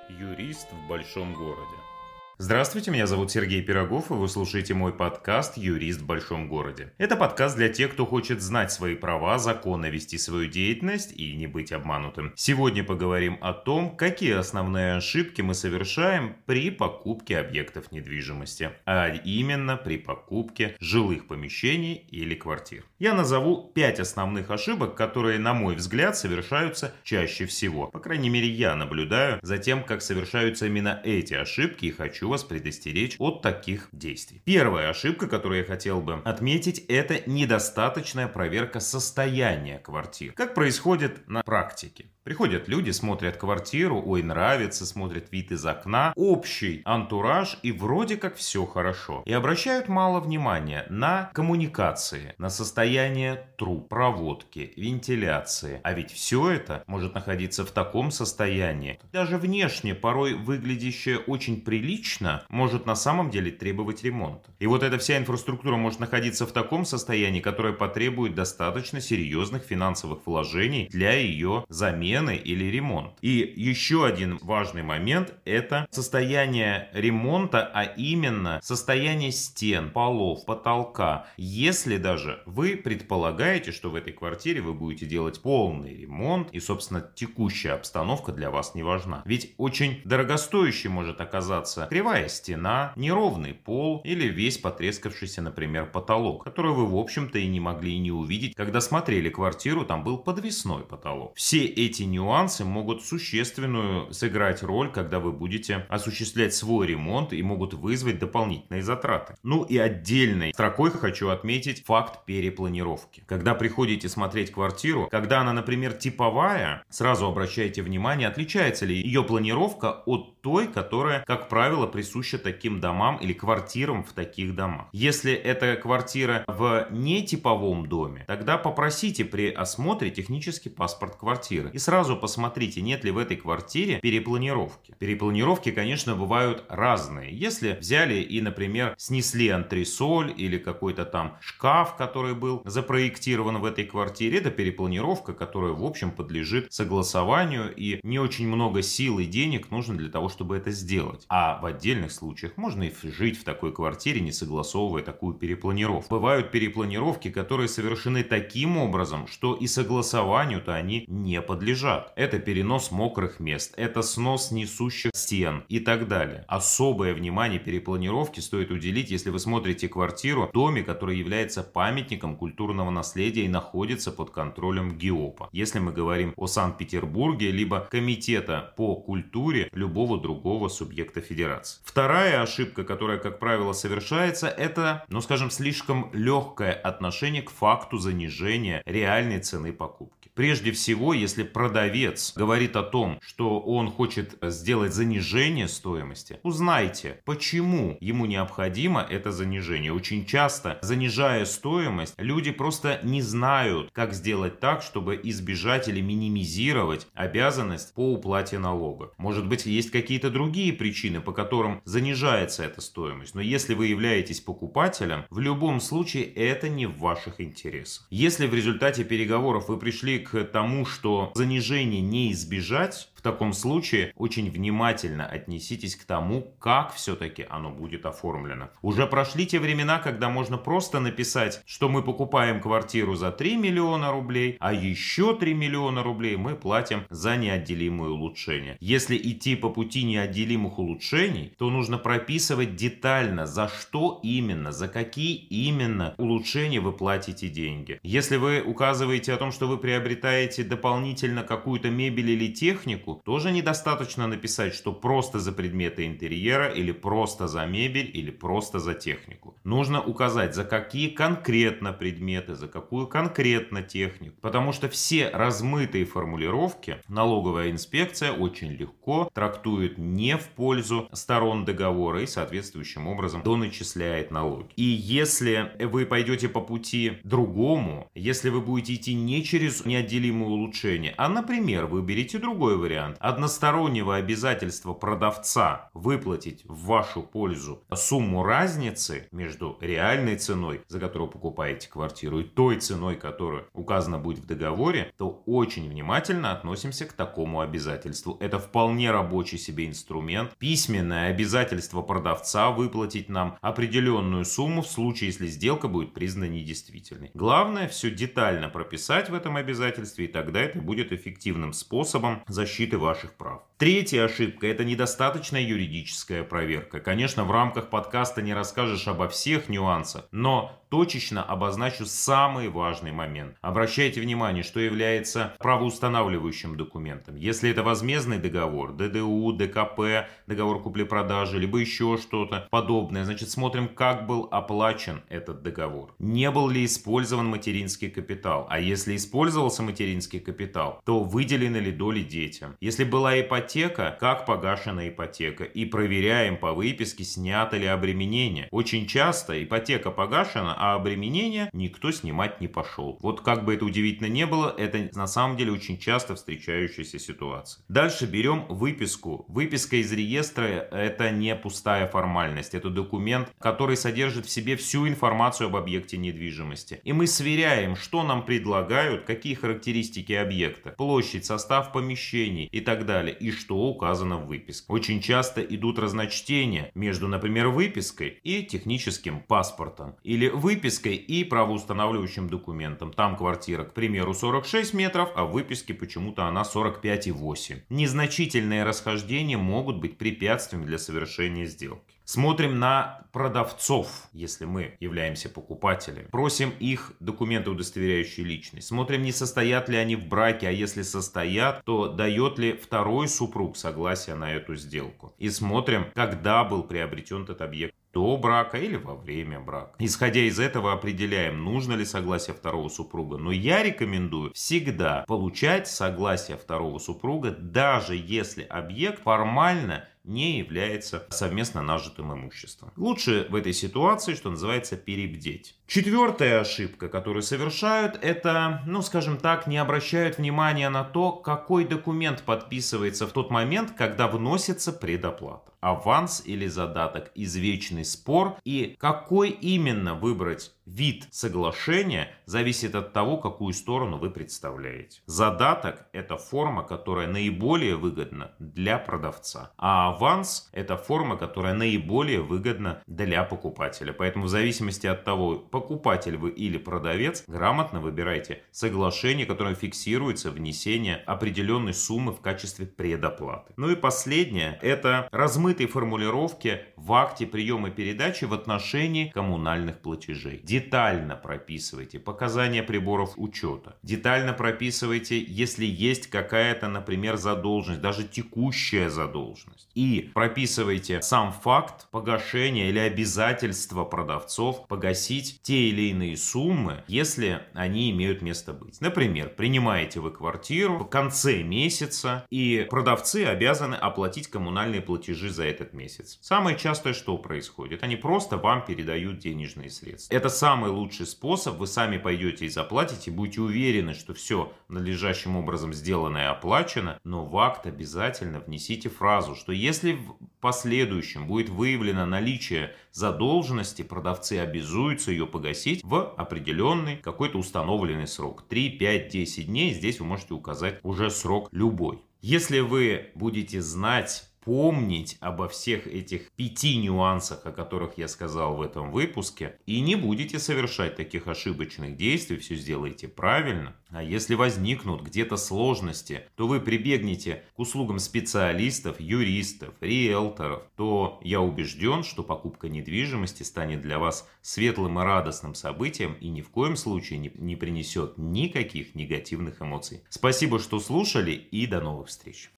Юрист в большом городе. Здравствуйте, меня зовут Сергей Пирогов, и вы слушаете мой подкаст «Юрист в большом городе». Это подкаст для тех, кто хочет знать свои права, законно вести свою деятельность и не быть обманутым. Сегодня поговорим о том, какие основные ошибки мы совершаем при покупке объектов недвижимости, а именно при покупке жилых помещений или квартир. Я назову 5 основных ошибок, которые, на мой взгляд, совершаются чаще всего. По крайней мере, я наблюдаю за тем, как совершаются именно эти ошибки, и хочу вас предостеречь от таких действий. Первая ошибка, которую я хотел бы отметить, это недостаточная проверка состояния квартир. Как происходит на практике? Приходят люди, смотрят квартиру, ой, нравится, смотрят вид из окна, общий антураж, и вроде как все хорошо. И обращают мало внимания на коммуникации, на состояние труб, проводки, вентиляции. А ведь все это может находиться в таком состоянии. Даже внешне, порой выглядящее очень прилично, может на самом деле требовать ремонта. И вот эта вся инфраструктура может находиться в таком состоянии, которое потребует достаточно серьезных финансовых вложений для ее замены или ремонт. И еще один важный момент – это состояние ремонта, а именно состояние стен, полов, потолка. Если даже вы предполагаете, что в этой квартире вы будете делать полный ремонт, и, собственно, текущая обстановка для вас не важна. Ведь очень дорогостоящей может оказаться кривая стена, неровный пол или весь потрескавшийся, например, потолок, который вы, в общем-то, и не могли не увидеть, когда смотрели квартиру, там был подвесной потолок. Все эти нюансы могут существенную сыграть роль, когда вы будете осуществлять свой ремонт, и могут вызвать дополнительные затраты. Ну и отдельной строкой хочу отметить факт перепланировки. Когда приходите смотреть квартиру, когда она, например, типовая, сразу обращайте внимание, отличается ли ее планировка от той, которая, как правило, присуща таким домам или квартирам в таких домах. Если это квартира в нетиповом доме, тогда попросите при осмотре технический паспорт квартиры и сразу посмотрите, нет ли в этой квартире перепланировки. Перепланировки, конечно, бывают разные. Если взяли и, например, снесли антресоль или какой-то там шкаф, который был запроектирован в этой квартире, это перепланировка, которая, в общем, подлежит согласованию, и не очень много сил и денег нужно для того, чтобы это сделать. А в отдельных случаях можно и жить в такой квартире, не согласовывая такую перепланировку. Бывают перепланировки, которые совершены таким образом, что и согласованию-то они не подлежат. Это перенос мокрых мест, это снос несущих стен и так далее. Особое внимание перепланировке стоит уделить, если вы смотрите квартиру в доме, который является памятником культурного наследия и находится под контролем ГИОПа. Если мы говорим о Санкт-Петербурге, либо Комитета по культуре любого другого субъекта федерации. Вторая ошибка, которая, как правило, совершается, это, скажем, слишком легкое отношение к факту занижения реальной цены покупки. Прежде всего, если продавец говорит о том, что он хочет сделать занижение стоимости, узнайте, почему ему необходимо это занижение. Очень часто, занижая стоимость, люди просто не знают, как сделать так, чтобы избежать или минимизировать обязанность по уплате налога. Может быть, есть какие-то другие причины, по которым занижается эта стоимость. Но если вы являетесь покупателем, в любом случае это не в ваших интересах. Если в результате переговоров вы пришли к тому, что занижение не избежать, в таком случае очень внимательно отнеситесь к тому, как все-таки оно будет оформлено. Уже прошли те времена, когда можно просто написать, что мы покупаем квартиру за 3 миллиона рублей, а еще 3 миллиона рублей мы платим за неотделимые улучшения. Если идти по пути неотделимых улучшений, то нужно прописывать детально, за что именно, за какие именно улучшения вы платите деньги. Если вы указываете о том, что вы приобретаете дополнительно какую-то мебель или технику, тоже недостаточно написать, что просто за предметы интерьера, или просто за мебель, или просто за технику. Нужно указать, за какие конкретно предметы, за какую конкретно технику. Потому что все размытые формулировки налоговая инспекция очень легко трактует не в пользу сторон договора и соответствующим образом доначисляет налоги. И если вы пойдете по пути другому, если вы будете идти не через неотделимые улучшения, а, например, выберите другой вариант, вариант одностороннего обязательства продавца выплатить в вашу пользу сумму разницы между реальной ценой, за которую покупаете квартиру, и той ценой, которая указана будет в договоре, то очень внимательно относимся к такому обязательству. Это вполне рабочий себе инструмент. Письменное обязательство продавца выплатить нам определенную сумму в случае, если сделка будет признана недействительной. Главное все детально прописать в этом обязательстве, и тогда это будет эффективным способом защиты ваших прав. Третья ошибка – это недостаточная юридическая проверка. Конечно, в рамках подкаста не расскажешь обо всех нюансах, но точечно обозначу самый важный момент. Обращайте внимание, что является правоустанавливающим документом. Если это возмездный договор, ДДУ, ДКП, договор купли-продажи, либо еще что-то подобное, значит, смотрим, как был оплачен этот договор. Не был ли использован материнский капитал? А если использовался материнский капитал, то выделены ли доли детям? Если была ипотека, как погашена ипотека? И проверяем по выписке, снято ли обременение. Очень часто ипотека погашена, а обременение никто снимать не пошел. Вот как бы это удивительно не было, это на самом деле очень часто встречающаяся ситуация. Дальше берем выписку. Выписка из реестра – это не пустая формальность. Это документ, который содержит в себе всю информацию об объекте недвижимости. И мы сверяем, что нам предлагают, какие характеристики объекта, площадь, состав помещений и так далее, и что указано в выписке. Очень часто идут разночтения между, например, выпиской и техническим паспортом. Или выпиской и правоустанавливающим документом. Там квартира, к примеру, 46 метров, а в выписке почему-то она 45,8. Незначительные расхождения могут быть препятствием для совершения сделки. Смотрим на продавцов, если мы являемся покупателем. Просим их документы, удостоверяющие личность. Смотрим, не состоят ли они в браке, а если состоят, то дает ли второй супруг согласие на эту сделку. И смотрим, когда был приобретен этот объект. До брака или во время брака. Исходя из этого определяем, нужно ли согласие второго супруга. Но я рекомендую всегда получать согласие второго супруга, даже если объект формально не является совместно нажитым имуществом. Лучше в этой ситуации, что называется, перебдеть. Четвертая ошибка, которую совершают, это, скажем так, не обращают внимания на то, какой документ подписывается в тот момент, когда вносится предоплата. Аванс или задаток – извечный спор, и какой именно выбрать вид соглашения зависит от того, какую сторону вы представляете. Задаток – это форма, которая наиболее выгодна для продавца, а аванс – это форма, которая наиболее выгодна для покупателя. Поэтому в зависимости от того, покупатель вы или продавец, грамотно выбирайте соглашение, которое фиксируется внесение определенной суммы в качестве предоплаты. Ну и последнее – это размытые формулировки в акте приема передачи в отношении коммунальных платежей. Детально прописывайте показания приборов учета. Детально прописывайте, если есть какая-то, например, задолженность, даже текущая задолженность. И прописывайте сам факт погашения или обязательства продавцов погасить те или иные суммы, если они имеют место быть. Например, принимаете вы квартиру в конце месяца, и продавцы обязаны оплатить коммунальные платежи за этот месяц. Самое частое, что происходит? Они просто вам передают денежные средства. Это самый лучший способ. Вы сами пойдете и заплатите, будете уверены, что все надлежащим образом сделано и оплачено, но в акт обязательно внесите фразу, что если в последующем будет выявлено наличие задолженности, продавцы обязуются ее погасить в определенный какой-то установленный срок. 3, 5, 10 дней. Здесь вы можете указать уже срок любой. Если вы будете знать, помнить обо всех этих 5 нюансах, о которых я сказал в этом выпуске, и не будете совершать таких ошибочных действий, все сделаете правильно. А если возникнут где-то сложности, то вы прибегнете к услугам специалистов, юристов, риэлторов, то я убежден, что покупка недвижимости станет для вас светлым и радостным событием и ни в коем случае не принесет никаких негативных эмоций. Спасибо, что слушали, и до новых встреч.